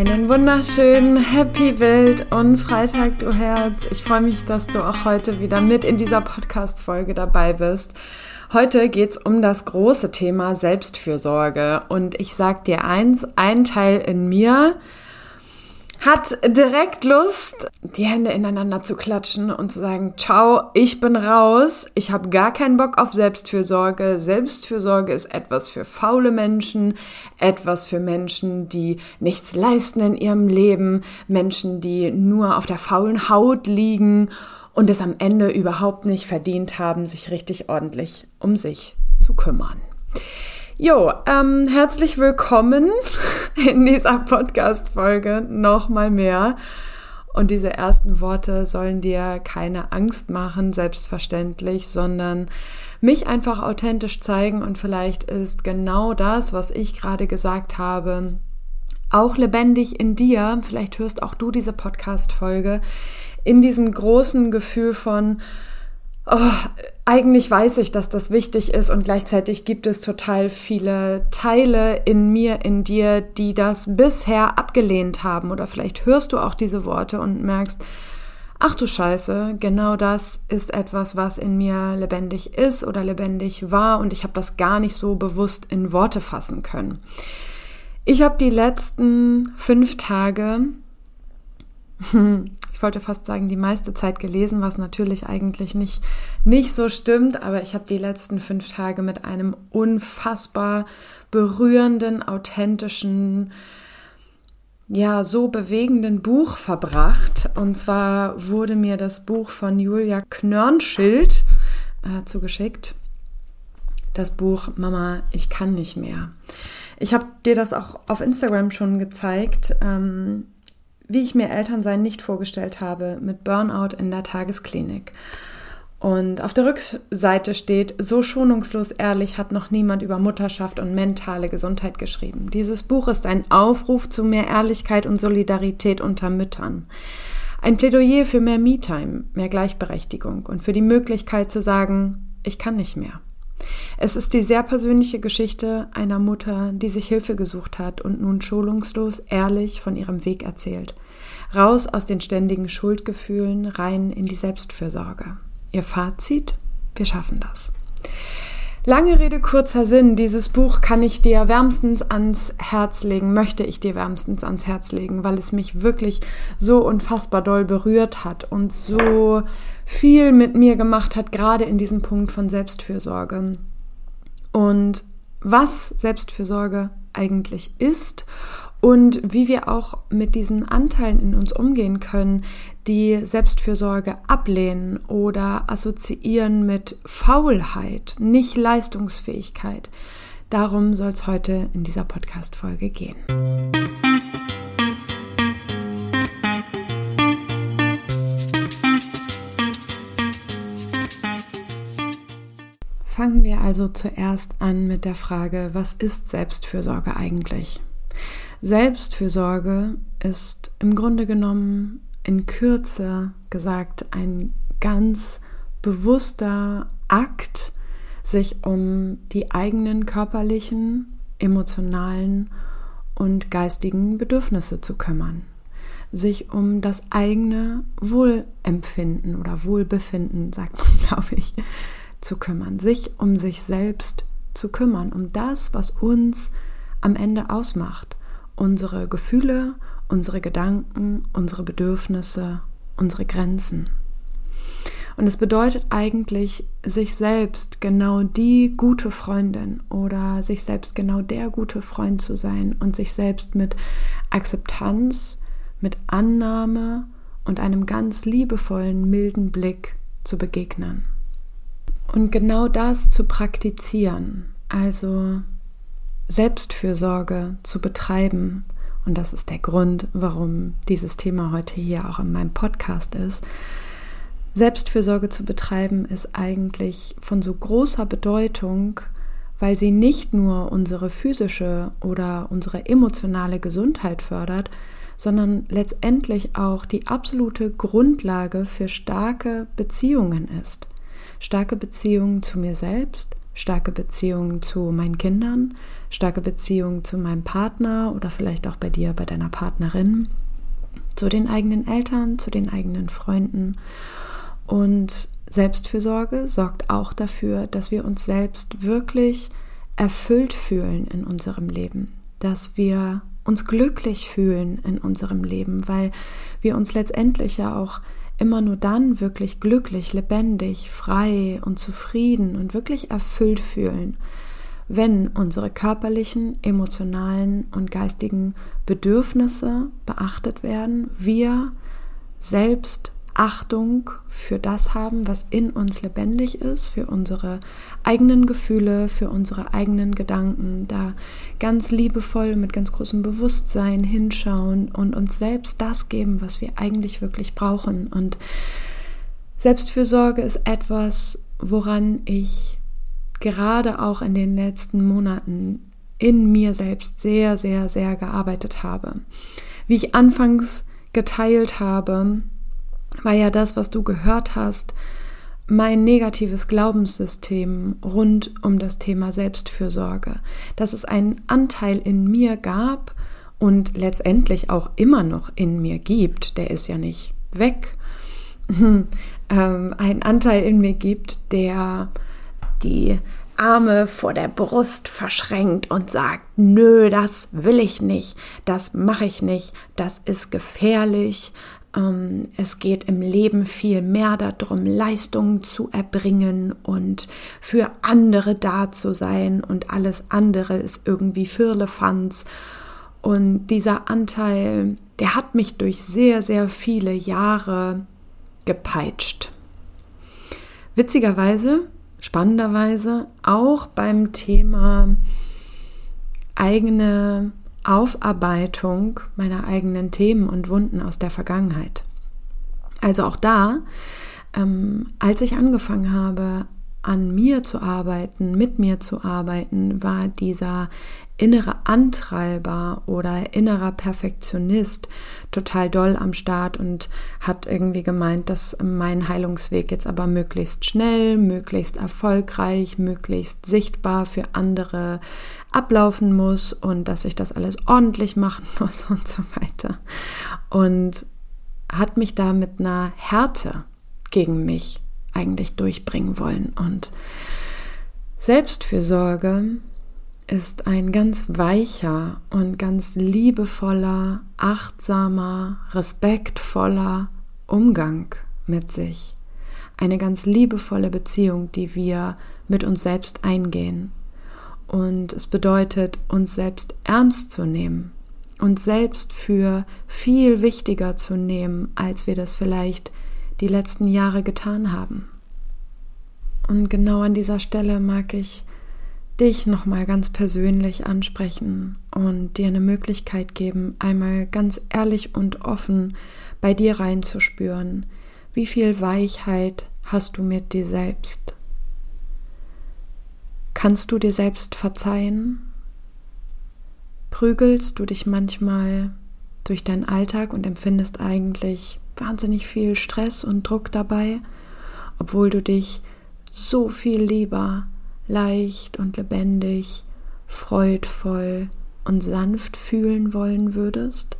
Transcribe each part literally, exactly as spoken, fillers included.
Einen wunderschönen Happy Welt und Freitag, du Herz. Ich freue mich, dass du auch heute wieder mit in dieser Podcast-Folge dabei bist. Heute geht's um das große Thema Selbstfürsorge und ich sag dir eins, ein Teil in mir hat direkt Lust, die Hände ineinander zu klatschen und zu sagen, ciao, ich bin raus, ich habe gar keinen Bock auf Selbstfürsorge. Selbstfürsorge ist etwas für faule Menschen, etwas für Menschen, die nichts leisten in ihrem Leben, Menschen, die nur auf der faulen Haut liegen und es am Ende überhaupt nicht verdient haben, sich richtig ordentlich um sich zu kümmern. Jo, ähm, herzlich willkommen in dieser Podcast-Folge nochmal mehr. Und diese ersten Worte sollen dir keine Angst machen, selbstverständlich, sondern mich einfach authentisch zeigen. Und vielleicht ist genau das, was ich gerade gesagt habe, auch lebendig in dir. Vielleicht hörst auch du diese Podcast-Folge in diesem großen Gefühl von, oh, eigentlich weiß ich, dass das wichtig ist und gleichzeitig gibt es total viele Teile in mir, in dir, die das bisher abgelehnt haben. Oder vielleicht hörst du auch diese Worte und merkst, ach du Scheiße, genau das ist etwas, was in mir lebendig ist oder lebendig war und ich habe das gar nicht so bewusst in Worte fassen können. Ich habe die letzten fünf Tage, ich wollte fast sagen, die meiste Zeit gelesen, was natürlich eigentlich nicht, nicht so stimmt, aber ich habe die letzten fünf Tage mit einem unfassbar berührenden, authentischen, ja, so bewegenden Buch verbracht. Und zwar wurde mir das Buch von Julia Knörnschild äh, zugeschickt. Das Buch Mama, ich kann nicht mehr. Ich habe dir das auch auf Instagram schon gezeigt, ähm, wie ich mir Elternsein nicht vorgestellt habe, mit Burnout in der Tagesklinik. Und auf der Rückseite steht, so schonungslos ehrlich hat noch niemand über Mutterschaft und mentale Gesundheit geschrieben. Dieses Buch ist ein Aufruf zu mehr Ehrlichkeit und Solidarität unter Müttern. Ein Plädoyer für mehr Me-Time, mehr Gleichberechtigung und für die Möglichkeit zu sagen, ich kann nicht mehr. Es ist die sehr persönliche Geschichte einer Mutter, die sich Hilfe gesucht hat und nun schonungslos ehrlich von ihrem Weg erzählt. Raus aus den ständigen Schuldgefühlen, rein in die Selbstfürsorge. Ihr Fazit? Wir schaffen das. Lange Rede, kurzer Sinn. Dieses Buch kann ich dir wärmstens ans Herz legen, möchte ich dir wärmstens ans Herz legen, weil es mich wirklich so unfassbar doll berührt hat und so viel mit mir gemacht hat, gerade in diesem Punkt von Selbstfürsorge. Und was Selbstfürsorge eigentlich ist und wie wir auch mit diesen Anteilen in uns umgehen können, die Selbstfürsorge ablehnen oder assoziieren mit Faulheit, nicht Leistungsfähigkeit. Darum soll es heute in dieser Podcast-Folge gehen. Fangen wir also zuerst an mit der Frage, was ist Selbstfürsorge eigentlich? Selbstfürsorge ist im Grunde genommen in Kürze gesagt ein ganz bewusster Akt, sich um die eigenen körperlichen, emotionalen und geistigen Bedürfnisse zu kümmern, sich um das eigene Wohlempfinden oder Wohlbefinden, sagt man, glaube ich, zu kümmern, sich um sich selbst zu kümmern, um das, was uns am Ende ausmacht. Unsere Gefühle, unsere Gedanken, unsere Bedürfnisse, unsere Grenzen. Und es bedeutet eigentlich, sich selbst genau die gute Freundin oder sich selbst genau der gute Freund zu sein und sich selbst mit Akzeptanz, mit Annahme und einem ganz liebevollen, milden Blick zu begegnen. Und genau das zu praktizieren, also Selbstfürsorge zu betreiben, und das ist der Grund, warum dieses Thema heute hier auch in meinem Podcast ist. Selbstfürsorge zu betreiben ist eigentlich von so großer Bedeutung, weil sie nicht nur unsere physische oder unsere emotionale Gesundheit fördert, sondern letztendlich auch die absolute Grundlage für starke Beziehungen ist. starke Beziehungen zu mir selbst, starke Beziehungen zu meinen Kindern, starke Beziehungen zu meinem Partner oder vielleicht auch bei dir, bei deiner Partnerin, zu den eigenen Eltern, zu den eigenen Freunden. Und Selbstfürsorge sorgt auch dafür, dass wir uns selbst wirklich erfüllt fühlen in unserem Leben, dass wir uns glücklich fühlen in unserem Leben, weil wir uns letztendlich ja auch immer nur dann wirklich glücklich, lebendig, frei und zufrieden und wirklich erfüllt fühlen, wenn unsere körperlichen, emotionalen und geistigen Bedürfnisse beachtet werden, wir selbst Achtung für das haben, was in uns lebendig ist, für unsere eigenen Gefühle, für unsere eigenen Gedanken, da ganz liebevoll mit ganz großem Bewusstsein hinschauen und uns selbst das geben, was wir eigentlich wirklich brauchen. Und Selbstfürsorge ist etwas, woran ich gerade auch in den letzten Monaten in mir selbst sehr, sehr, sehr gearbeitet habe. Wie ich anfangs geteilt habe, war ja das, was du gehört hast, mein negatives Glaubenssystem rund um das Thema Selbstfürsorge. Dass es einen Anteil in mir gab und letztendlich auch immer noch in mir gibt, der ist ja nicht weg, ähm, einen Anteil in mir gibt, der die Arme vor der Brust verschränkt und sagt, nö, das will ich nicht, das mache ich nicht, das ist gefährlich. Ähm, es geht im Leben viel mehr darum, Leistungen zu erbringen und für andere da zu sein und alles andere ist irgendwie Firlefanz. Und dieser Anteil, der hat mich durch sehr, sehr viele Jahre gepeitscht. Witzigerweise, spannenderweise auch beim Thema eigene Aufarbeitung meiner eigenen Themen und Wunden aus der Vergangenheit. Also auch da, ähm, als ich angefangen habe, an mir zu arbeiten, mit mir zu arbeiten, war dieser innere Antreiber oder innerer Perfektionist total doll am Start und hat irgendwie gemeint, dass mein Heilungsweg jetzt aber möglichst schnell, möglichst erfolgreich, möglichst sichtbar für andere ablaufen muss und dass ich das alles ordentlich machen muss und so weiter. Und hat mich da mit einer Härte gegen mich eigentlich durchbringen wollen. Und Selbstfürsorge ist ein ganz weicher und ganz liebevoller, achtsamer, respektvoller Umgang mit sich. Eine ganz liebevolle Beziehung, die wir mit uns selbst eingehen. Und es bedeutet, uns selbst ernst zu nehmen, uns selbst für viel wichtiger zu nehmen, als wir das vielleicht die letzten Jahre getan haben. Und genau an dieser Stelle mag ich dich nochmal ganz persönlich ansprechen und dir eine Möglichkeit geben, einmal ganz ehrlich und offen bei dir reinzuspüren, wie viel Weichheit hast du mit dir selbst? Kannst du dir selbst verzeihen? Prügelst du dich manchmal durch deinen Alltag und empfindest eigentlich wahnsinnig viel Stress und Druck dabei, obwohl du dich so viel lieber, leicht und lebendig, freudvoll und sanft fühlen wollen würdest?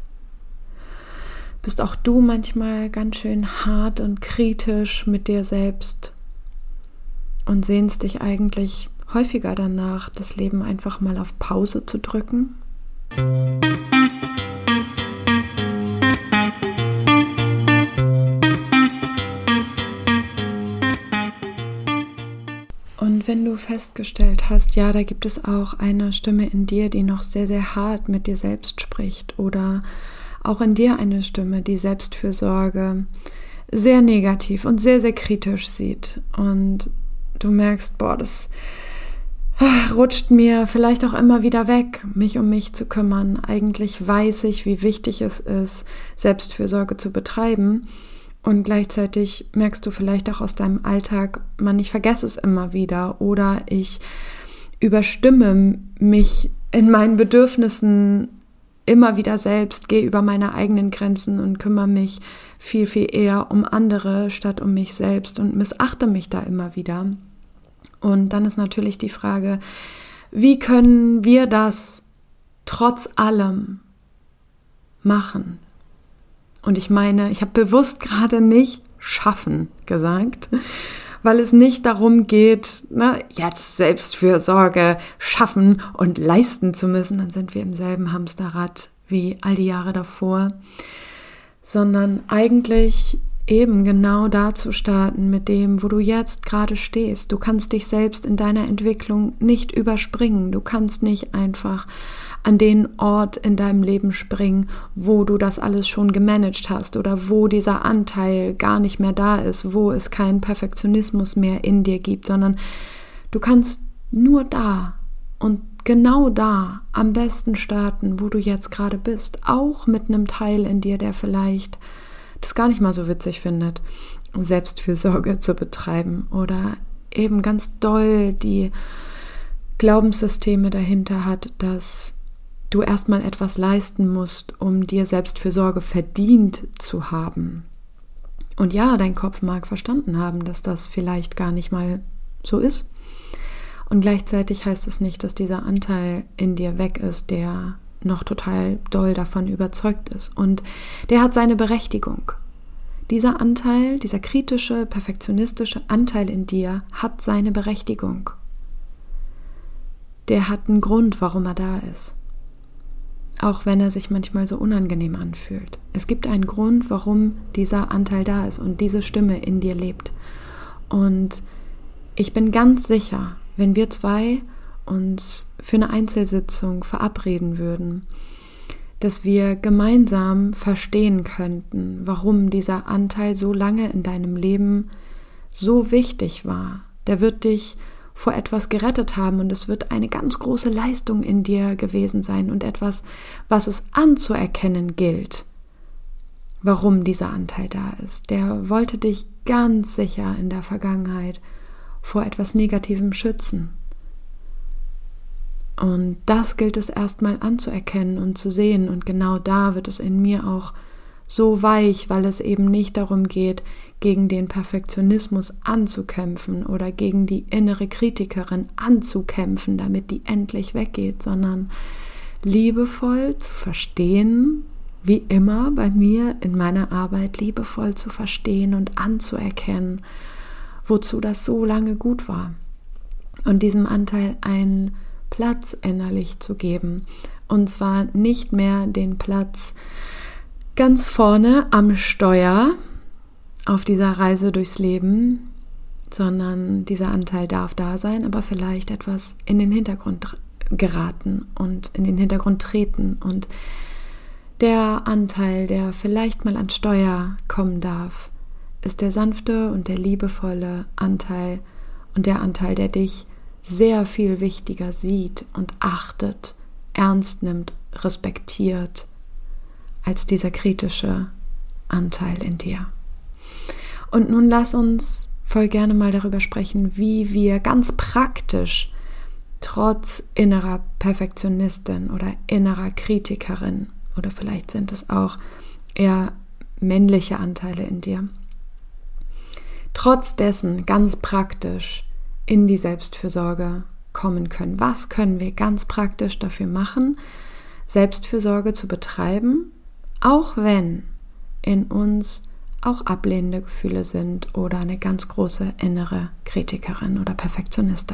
Bist auch du manchmal ganz schön hart und kritisch mit dir selbst und sehnst dich eigentlich häufiger danach, das Leben einfach mal auf Pause zu drücken? Und wenn du festgestellt hast, ja, da gibt es auch eine Stimme in dir, die noch sehr, sehr hart mit dir selbst spricht, oder auch in dir eine Stimme, die Selbstfürsorge sehr negativ und sehr, sehr kritisch sieht, und du merkst, boah, das rutscht mir vielleicht auch immer wieder weg, mich um mich zu kümmern. Eigentlich weiß ich, wie wichtig es ist, Selbstfürsorge zu betreiben. Und gleichzeitig merkst du vielleicht auch aus deinem Alltag, Mann, ich vergesse es immer wieder, oder ich überstimme mich in meinen Bedürfnissen immer wieder selbst, gehe über meine eigenen Grenzen und kümmere mich viel, viel eher um andere statt um mich selbst und missachte mich da immer wieder. Und dann ist natürlich die Frage, wie können wir das trotz allem machen? Und ich meine, ich habe bewusst gerade nicht schaffen gesagt, weil es nicht darum geht, ne, jetzt Selbstfürsorge schaffen und leisten zu müssen, dann sind wir im selben Hamsterrad wie all die Jahre davor, sondern eigentlich eben genau da zu starten mit dem, wo du jetzt gerade stehst. Du kannst dich selbst in deiner Entwicklung nicht überspringen. Du kannst nicht einfach an den Ort in deinem Leben springen, wo du das alles schon gemanagt hast oder wo dieser Anteil gar nicht mehr da ist, wo es keinen Perfektionismus mehr in dir gibt, sondern du kannst nur da und genau da am besten starten, wo du jetzt gerade bist, auch mit einem Teil in dir, der vielleicht das gar nicht mal so witzig findet, Selbstfürsorge zu betreiben oder eben ganz doll die Glaubenssysteme dahinter hat, dass du erstmal etwas leisten musst, um dir Selbstfürsorge verdient zu haben. Und ja, dein Kopf mag verstanden haben, dass das vielleicht gar nicht mal so ist. Und gleichzeitig heißt es nicht, dass dieser Anteil in dir weg ist, der noch total doll davon überzeugt ist. Und der hat seine Berechtigung. Dieser Anteil, dieser kritische, perfektionistische Anteil in dir hat seine Berechtigung. Der hat einen Grund, warum er da ist. Auch wenn er sich manchmal so unangenehm anfühlt. Es gibt einen Grund, warum dieser Anteil da ist und diese Stimme in dir lebt. Und ich bin ganz sicher, wenn wir zwei uns für eine Einzelsitzung verabreden würden, dass wir gemeinsam verstehen könnten, warum dieser Anteil so lange in deinem Leben so wichtig war. Der wird dich vor etwas gerettet haben und es wird eine ganz große Leistung in dir gewesen sein und etwas, was es anzuerkennen gilt, warum dieser Anteil da ist. Der wollte dich ganz sicher in der Vergangenheit vor etwas Negativem schützen. Und das gilt es erstmal anzuerkennen und zu sehen. Und genau da wird es in mir auch so weich, weil es eben nicht darum geht, gegen den Perfektionismus anzukämpfen oder gegen die innere Kritikerin anzukämpfen, damit die endlich weggeht, sondern liebevoll zu verstehen, wie immer bei mir in meiner Arbeit, liebevoll zu verstehen und anzuerkennen, wozu das so lange gut war. Und diesem Anteil einen Platz innerlich zu geben. Und zwar nicht mehr den Platz ganz vorne am Steuer auf dieser Reise durchs Leben, sondern dieser Anteil darf da sein, aber vielleicht etwas in den Hintergrund geraten und in den Hintergrund treten. Und der Anteil, der vielleicht mal ans Steuer kommen darf, ist der sanfte und der liebevolle Anteil und der Anteil, der dich sehr viel wichtiger sieht und achtet, ernst nimmt, respektiert, als dieser kritische Anteil in dir. Und nun lass uns voll gerne mal darüber sprechen, wie wir ganz praktisch trotz innerer Perfektionistin oder innerer Kritikerin, oder vielleicht sind es auch eher männliche Anteile in dir, trotz dessen ganz praktisch in die Selbstfürsorge kommen können. Was können wir ganz praktisch dafür machen, Selbstfürsorge zu betreiben, auch wenn in uns auch ablehnende Gefühle sind oder eine ganz große innere Kritikerin oder Perfektionistin.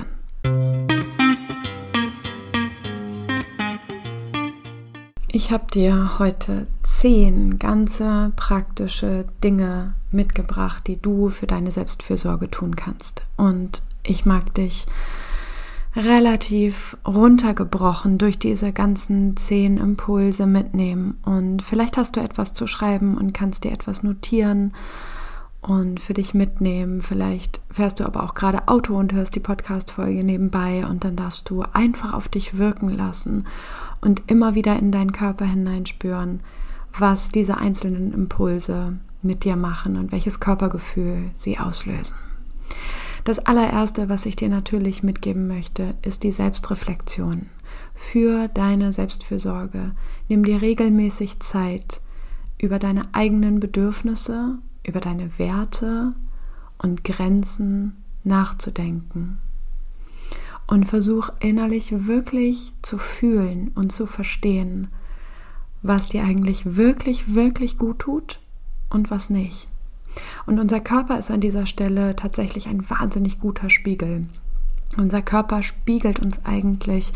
Ich habe dir heute zehn ganze praktische Dinge mitgebracht, die du für deine Selbstfürsorge tun kannst. Und ich mag dich relativ runtergebrochen durch diese ganzen zehn Impulse mitnehmen. Und vielleicht hast du etwas zu schreiben und kannst dir etwas notieren und für dich mitnehmen. Vielleicht fährst du aber auch gerade Auto und hörst die Podcast-Folge nebenbei und dann darfst du einfach auf dich wirken lassen und immer wieder in deinen Körper hineinspüren, was diese einzelnen Impulse mit dir machen und welches Körpergefühl sie auslösen. Das allererste, was ich dir natürlich mitgeben möchte, ist die Selbstreflexion. für deine Selbstfürsorge. Nimm dir regelmäßig Zeit, über deine eigenen Bedürfnisse, über deine Werte und Grenzen nachzudenken. Und versuch innerlich wirklich zu fühlen und zu verstehen, was dir eigentlich wirklich, wirklich gut tut und was nicht. Und unser Körper ist an dieser Stelle tatsächlich ein wahnsinnig guter Spiegel. Unser Körper spiegelt uns eigentlich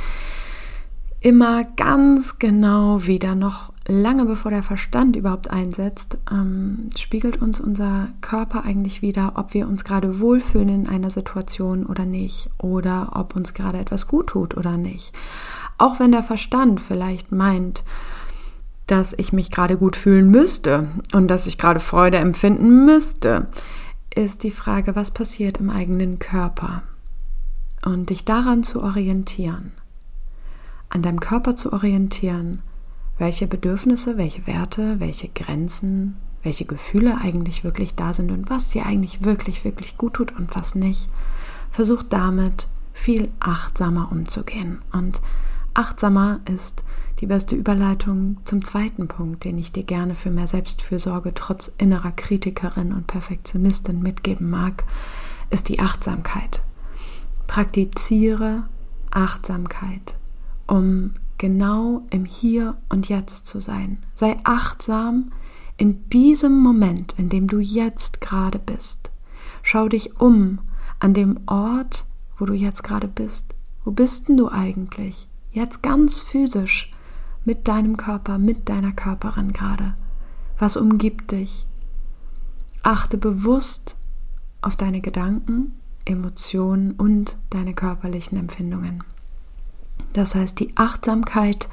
immer ganz genau wieder, noch lange bevor der Verstand überhaupt einsetzt, ähm, spiegelt uns unser Körper eigentlich wieder, ob wir uns gerade wohlfühlen in einer Situation oder nicht oder ob uns gerade etwas gut tut oder nicht. Auch wenn der Verstand vielleicht meint, dass ich mich gerade gut fühlen müsste und dass ich gerade Freude empfinden müsste, ist die Frage, was passiert im eigenen Körper? Und dich daran zu orientieren, an deinem Körper zu orientieren, welche Bedürfnisse, welche Werte, welche Grenzen, welche Gefühle eigentlich wirklich da sind und was dir eigentlich wirklich, wirklich gut tut und was nicht. Versuch damit viel achtsamer umzugehen. Und achtsamer ist die beste Überleitung zum zweiten Punkt, den ich dir gerne für mehr Selbstfürsorge trotz innerer Kritikerin und Perfektionistin mitgeben mag, ist die Achtsamkeit. Praktiziere Achtsamkeit, um genau im Hier und Jetzt zu sein. Sei achtsam in diesem Moment, in dem du jetzt gerade bist. Schau dich um an dem Ort, wo du jetzt gerade bist. Wo bist denn du eigentlich? Jetzt ganz physisch mit deinem Körper, mit deiner Körperin gerade. Was umgibt dich? Achte bewusst auf deine Gedanken, Emotionen und deine körperlichen Empfindungen. Das heißt, die Achtsamkeit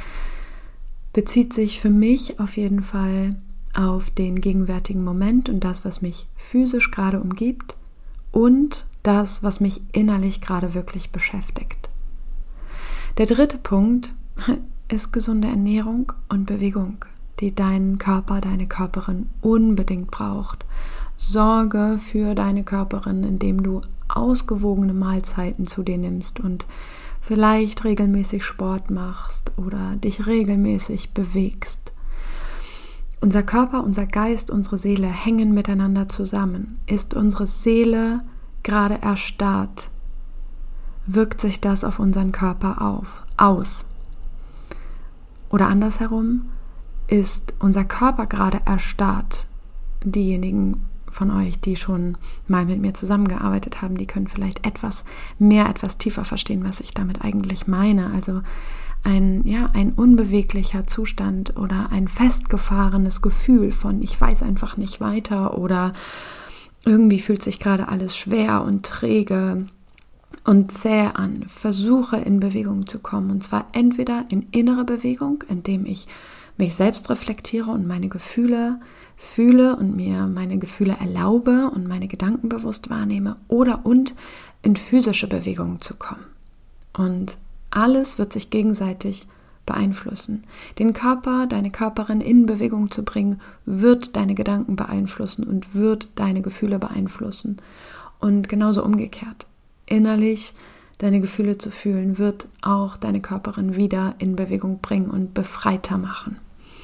bezieht sich für mich auf jeden Fall auf den gegenwärtigen Moment und das, was mich physisch gerade umgibt und das, was mich innerlich gerade wirklich beschäftigt. Der dritte Punkt ist gesunde Ernährung und Bewegung, die dein Körper, deine Körperin unbedingt braucht. Sorge für deine Körperin, indem du ausgewogene Mahlzeiten zu dir nimmst und vielleicht regelmäßig Sport machst oder dich regelmäßig bewegst. Unser Körper, unser Geist, unsere Seele hängen miteinander zusammen. Ist unsere Seele gerade erstarrt, wirkt sich das auf unseren Körper auf, aus. Oder andersherum, ist unser Körper gerade erstarrt. Diejenigen von euch, die schon mal mit mir zusammengearbeitet haben, die können vielleicht etwas mehr, etwas tiefer verstehen, was ich damit eigentlich meine. Also ein, ja, ein unbeweglicher Zustand oder ein festgefahrenes Gefühl von ich weiß einfach nicht weiter oder irgendwie fühlt sich gerade alles schwer und träge und zäh an. Versuche in Bewegung zu kommen und zwar entweder in innere Bewegung, indem ich mich selbst reflektiere und meine Gefühle fühle und mir meine Gefühle erlaube und meine Gedanken bewusst wahrnehme oder und in physische Bewegung zu kommen. Und alles wird sich gegenseitig beeinflussen. Den Körper, deine Körperin in Bewegung zu bringen, wird deine Gedanken beeinflussen und wird deine Gefühle beeinflussen. Und genauso umgekehrt. Innerlich deine Gefühle zu fühlen, wird auch deine Körperin wieder in Bewegung bringen und befreiter machen.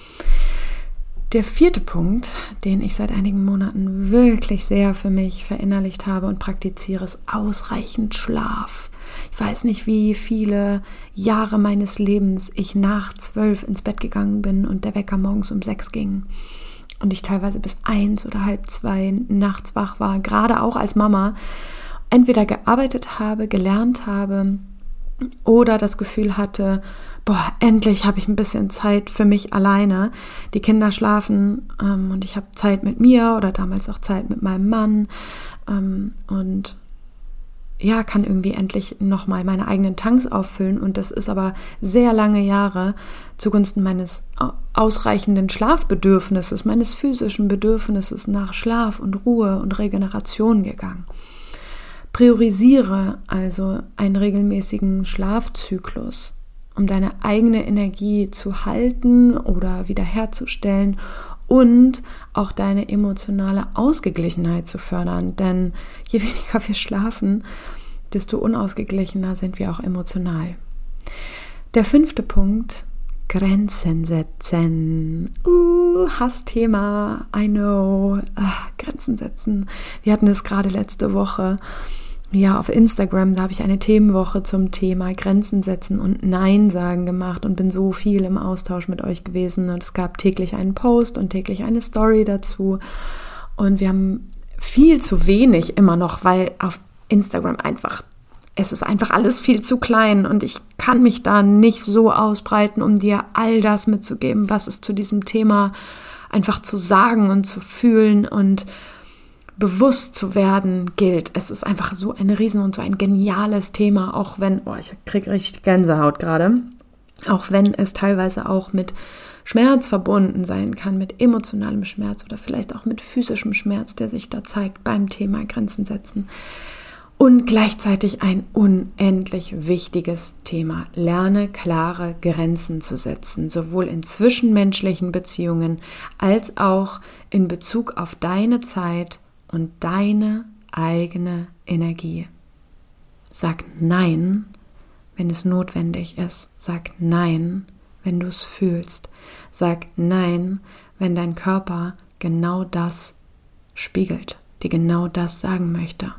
Der vierte Punkt, den ich seit einigen Monaten wirklich sehr für mich verinnerlicht habe und praktiziere, ist ausreichend Schlaf. Ich weiß nicht, wie viele Jahre meines Lebens ich nach zwölf ins Bett gegangen bin und der Wecker morgens um sechs ging. Und ich teilweise bis eins oder halb zwei nachts wach war, gerade auch als Mama, entweder gearbeitet habe, gelernt habe oder das Gefühl hatte, boah, endlich habe ich ein bisschen Zeit für mich alleine. Die Kinder schlafen ähm, und ich habe Zeit mit mir oder damals auch Zeit mit meinem Mann ähm, und ja, kann irgendwie endlich nochmal meine eigenen Tanks auffüllen und das ist aber sehr lange Jahre zugunsten meines ausreichenden Schlafbedürfnisses, meines physischen Bedürfnisses nach Schlaf und Ruhe und Regeneration gegangen. Priorisiere also einen regelmäßigen Schlafzyklus, um deine eigene Energie zu halten oder wiederherzustellen und auch deine emotionale Ausgeglichenheit zu fördern. Denn je weniger wir schlafen, desto unausgeglichener sind wir auch emotional. Der fünfte Punkt, Grenzen setzen. Uh, Hassthema, I know. Ah, Grenzen setzen. Wir hatten es gerade letzte Woche. Ja, auf Instagram, da habe ich eine Themenwoche zum Thema Grenzen setzen und Nein sagen gemacht und bin so viel im Austausch mit euch gewesen. Und es gab täglich einen Post und täglich eine Story dazu. Und wir haben viel zu wenig immer noch, weil auf Instagram einfach es ist einfach alles viel zu klein und ich kann mich da nicht so ausbreiten, um dir all das mitzugeben, was es zu diesem Thema einfach zu sagen und zu fühlen und bewusst zu werden gilt. Es ist einfach so ein riesen und so ein geniales Thema, auch wenn, oh, ich kriege richtig Gänsehaut gerade, auch wenn es teilweise auch mit Schmerz verbunden sein kann, mit emotionalem Schmerz oder vielleicht auch mit physischem Schmerz, der sich da zeigt beim Thema Grenzen setzen. Und gleichzeitig ein unendlich wichtiges Thema. Lerne klare Grenzen zu setzen, sowohl in zwischenmenschlichen Beziehungen als auch in Bezug auf deine Zeit und deine eigene Energie. Sag Nein, wenn es notwendig ist. Sag Nein, wenn du es fühlst. Sag Nein, wenn dein Körper genau das spiegelt, dir genau das sagen möchte.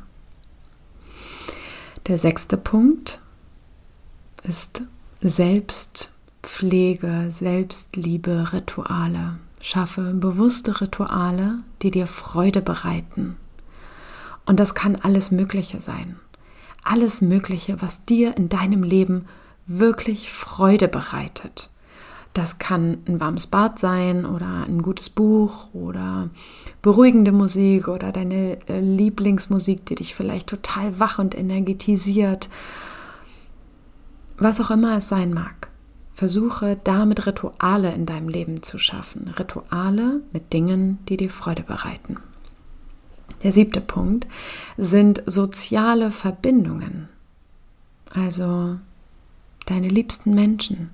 Der sechste Punkt ist Selbstpflege, Selbstliebe, Rituale. Schaffe bewusste Rituale, die dir Freude bereiten. Und das kann alles Mögliche sein. Alles Mögliche, was dir in deinem Leben wirklich Freude bereitet. Das kann ein warmes Bad sein oder ein gutes Buch oder beruhigende Musik oder deine Lieblingsmusik, die dich vielleicht total wach und energetisiert. Was auch immer es sein mag. Versuche damit Rituale in deinem Leben zu schaffen. Rituale mit Dingen, die dir Freude bereiten. Der siebte Punkt sind soziale Verbindungen. Also deine liebsten Menschen.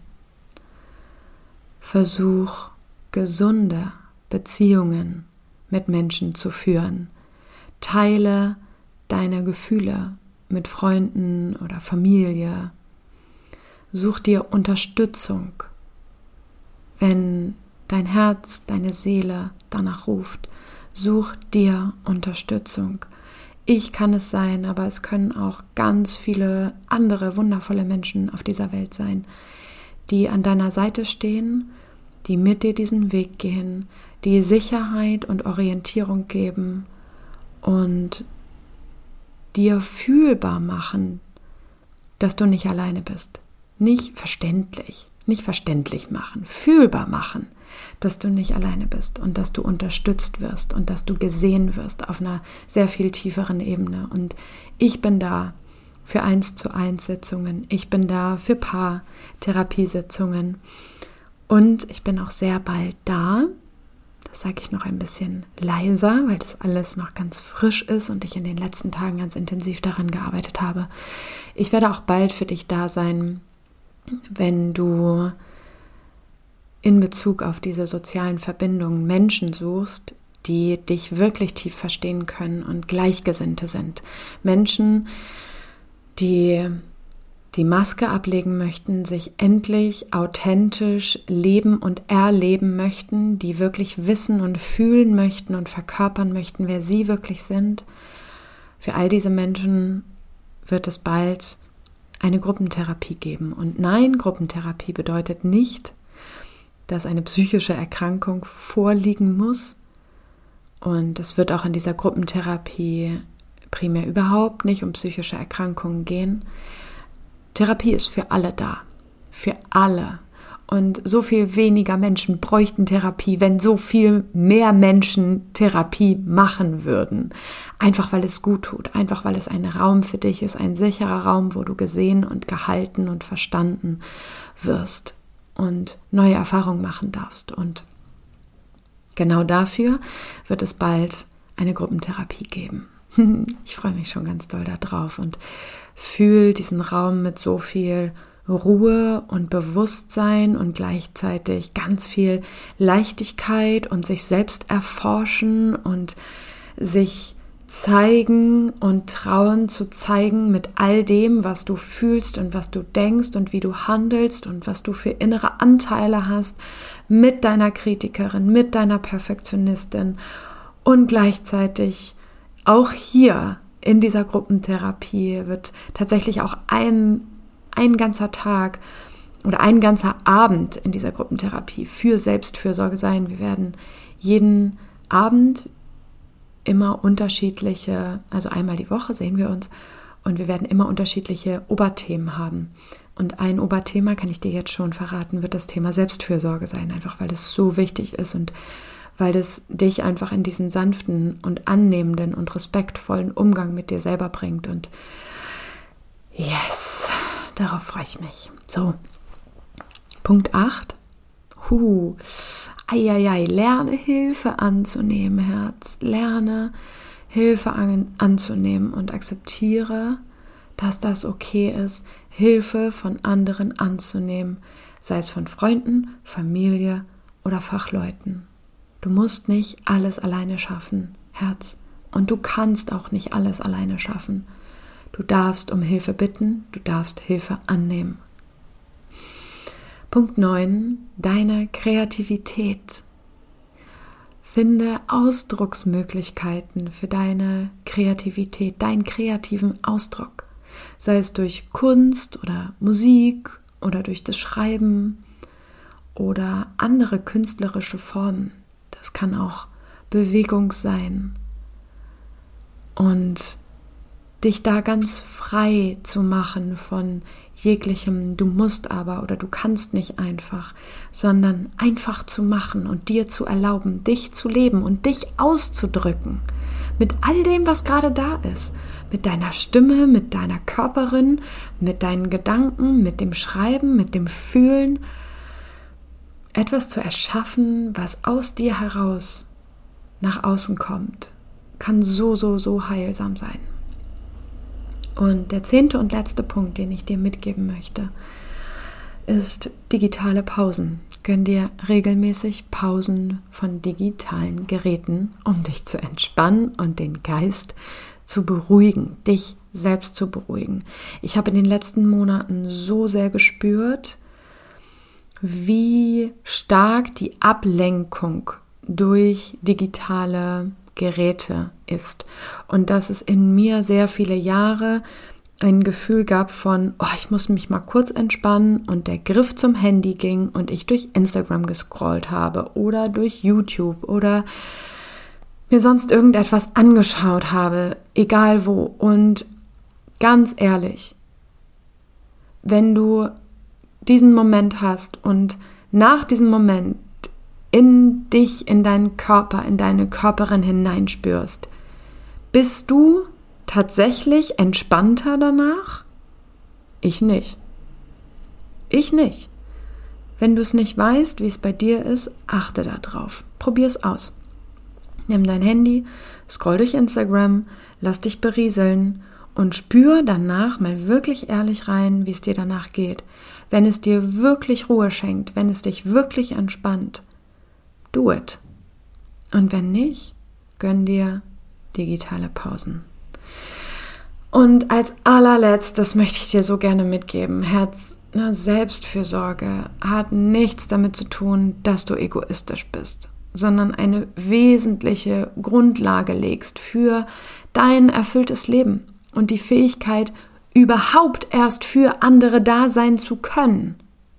Versuch, gesunde Beziehungen mit Menschen zu führen. Teile deine Gefühle mit Freunden oder Familie. Such dir Unterstützung, wenn dein Herz, deine Seele danach ruft. Such dir Unterstützung. Ich kann es sein, aber es können auch ganz viele andere wundervolle Menschen auf dieser Welt sein, die an deiner Seite stehen, die mit dir diesen Weg gehen, die Sicherheit und Orientierung geben und dir fühlbar machen, dass du nicht alleine bist. Nicht verständlich, nicht verständlich machen, fühlbar machen, dass du nicht alleine bist und dass du unterstützt wirst und dass du gesehen wirst auf einer sehr viel tieferen Ebene. Und ich bin da für eins zu eins Sitzungen, ich bin da für Paartherapiesitzungen und ich bin auch sehr bald da, das sage ich noch ein bisschen leiser, weil das alles noch ganz frisch ist und ich in den letzten Tagen ganz intensiv daran gearbeitet habe. Ich werde auch bald für dich da sein, wenn du in Bezug auf diese sozialen Verbindungen Menschen suchst, die dich wirklich tief verstehen können und Gleichgesinnte sind. Menschen, die die Maske ablegen möchten, sich endlich authentisch leben und erleben möchten, die wirklich wissen und fühlen möchten und verkörpern möchten, wer sie wirklich sind. Für all diese Menschen wird es bald eine Gruppentherapie geben. Und nein, Gruppentherapie bedeutet nicht, dass eine psychische Erkrankung vorliegen muss. Und es wird auch in dieser Gruppentherapie primär überhaupt nicht um psychische Erkrankungen gehen. Therapie ist für alle da, für alle. Und so viel weniger Menschen bräuchten Therapie, wenn so viel mehr Menschen Therapie machen würden. Einfach weil es gut tut, einfach weil es ein Raum für dich ist, ein sicherer Raum, wo du gesehen und gehalten und verstanden wirst und neue Erfahrungen machen darfst. Und genau dafür wird es bald eine Gruppentherapie geben. Ich freue mich schon ganz doll darauf und fühle diesen Raum mit so viel Ruhe und Bewusstsein und gleichzeitig ganz viel Leichtigkeit und sich selbst erforschen und sich zeigen und trauen zu zeigen mit all dem, was du fühlst und was du denkst und wie du handelst und was du für innere Anteile hast, mit deiner Kritikerin, mit deiner Perfektionistin und gleichzeitig auch hier in dieser Gruppentherapie wird tatsächlich auch ein, ein ganzer Tag oder ein ganzer Abend in dieser Gruppentherapie für Selbstfürsorge sein. Wir werden jeden Abend immer unterschiedliche, also einmal die Woche sehen wir uns und wir werden immer unterschiedliche Oberthemen haben. Und ein Oberthema, kann ich dir jetzt schon verraten, wird das Thema Selbstfürsorge sein, einfach weil es so wichtig ist und weil es dich einfach in diesen sanften und annehmenden und respektvollen Umgang mit dir selber bringt. Und yes, darauf freue ich mich. So, Punkt acht. Huh, eieiei, lerne Hilfe anzunehmen, Herz. Lerne Hilfe an, anzunehmen und akzeptiere, dass das okay ist, Hilfe von anderen anzunehmen, sei es von Freunden, Familie oder Fachleuten. Du musst nicht alles alleine schaffen, Herz. Und du kannst auch nicht alles alleine schaffen. Du darfst um Hilfe bitten, du darfst Hilfe annehmen. Punkt neun, deine Kreativität. Finde Ausdrucksmöglichkeiten für deine Kreativität, deinen kreativen Ausdruck. Sei es durch Kunst oder Musik oder durch das Schreiben oder andere künstlerische Formen. Das kann auch Bewegung sein. Und dich da ganz frei zu machen von jeglichem du musst aber oder du kannst nicht einfach, sondern einfach zu machen und dir zu erlauben, dich zu leben und dich auszudrücken mit all dem, was gerade da ist, mit deiner Stimme, mit deiner Körperin, mit deinen Gedanken, mit dem Schreiben, mit dem Fühlen, etwas zu erschaffen, was aus dir heraus nach außen kommt, kann so, so, so heilsam sein. Und der zehnte und letzte Punkt, den ich dir mitgeben möchte, ist digitale Pausen. Gönn dir regelmäßig Pausen von digitalen Geräten, um dich zu entspannen und den Geist zu beruhigen, dich selbst zu beruhigen. Ich habe in den letzten Monaten so sehr gespürt, wie stark die Ablenkung durch digitale Geräte ist und dass es in mir sehr viele Jahre ein Gefühl gab von, oh, ich muss mich mal kurz entspannen und der Griff zum Handy ging und ich durch Instagram gescrollt habe oder durch YouTube oder mir sonst irgendetwas angeschaut habe, egal wo. Und ganz ehrlich, wenn du diesen Moment hast und nach diesem Moment in dich, in deinen Körper, in deine Körperin hineinspürst, bist du tatsächlich entspannter danach? Ich nicht. Ich nicht. Wenn du es nicht weißt, wie es bei dir ist, achte da drauf. Probier es aus. Nimm dein Handy, scroll durch Instagram, lass dich berieseln und spür danach mal wirklich ehrlich rein, wie es dir danach geht. Wenn es dir wirklich Ruhe schenkt, wenn es dich wirklich entspannt, do it. Und wenn nicht, gönn dir digitale Pausen. Und als allerletztes möchte ich dir so gerne mitgeben, Herz, ne, Selbstfürsorge hat nichts damit zu tun, dass du egoistisch bist, sondern eine wesentliche Grundlage legst für dein erfülltes Leben und die Fähigkeit, überhaupt erst für andere da sein zu können.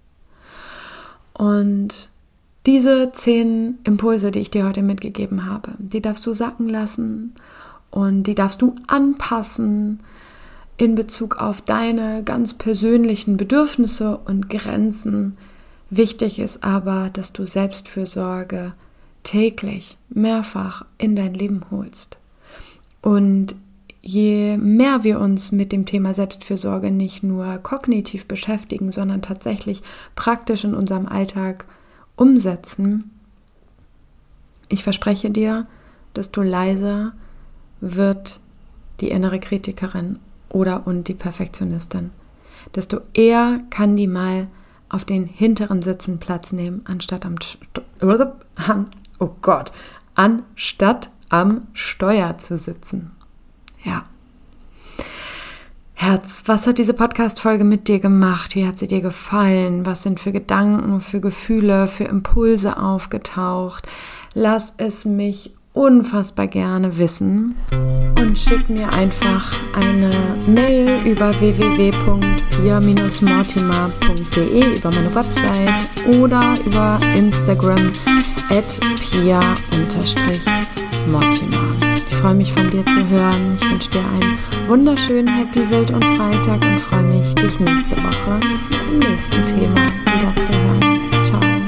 Und diese zehn Impulse, die ich dir heute mitgegeben habe, die darfst du sacken lassen und die darfst du anpassen in Bezug auf deine ganz persönlichen Bedürfnisse und Grenzen. Wichtig ist aber, dass du Selbstfürsorge täglich, mehrfach in dein Leben holst. Und je mehr wir uns mit dem Thema Selbstfürsorge nicht nur kognitiv beschäftigen, sondern tatsächlich praktisch in unserem Alltag umsetzen, ich verspreche dir, desto leiser wird die innere Kritikerin oder und die Perfektionistin. Desto eher kann die mal auf den hinteren Sitzen Platz nehmen, anstatt am oh Gott, anstatt am Steuer zu sitzen. Ja. Herz, was hat diese Podcast-Folge mit dir gemacht? Wie hat sie dir gefallen? Was sind für Gedanken, für Gefühle, für Impulse aufgetaucht? Lass es mich unfassbar gerne wissen und schick mir einfach eine Mail über w w w punkt pia dash mortimer punkt d e, über meine Website oder über Instagram at pia Mortimer. Ich freue mich, von dir zu hören. Ich wünsche dir einen wunderschönen Happy Wild und Freitag und freue mich, dich nächste Woche beim nächsten Thema wieder zu hören.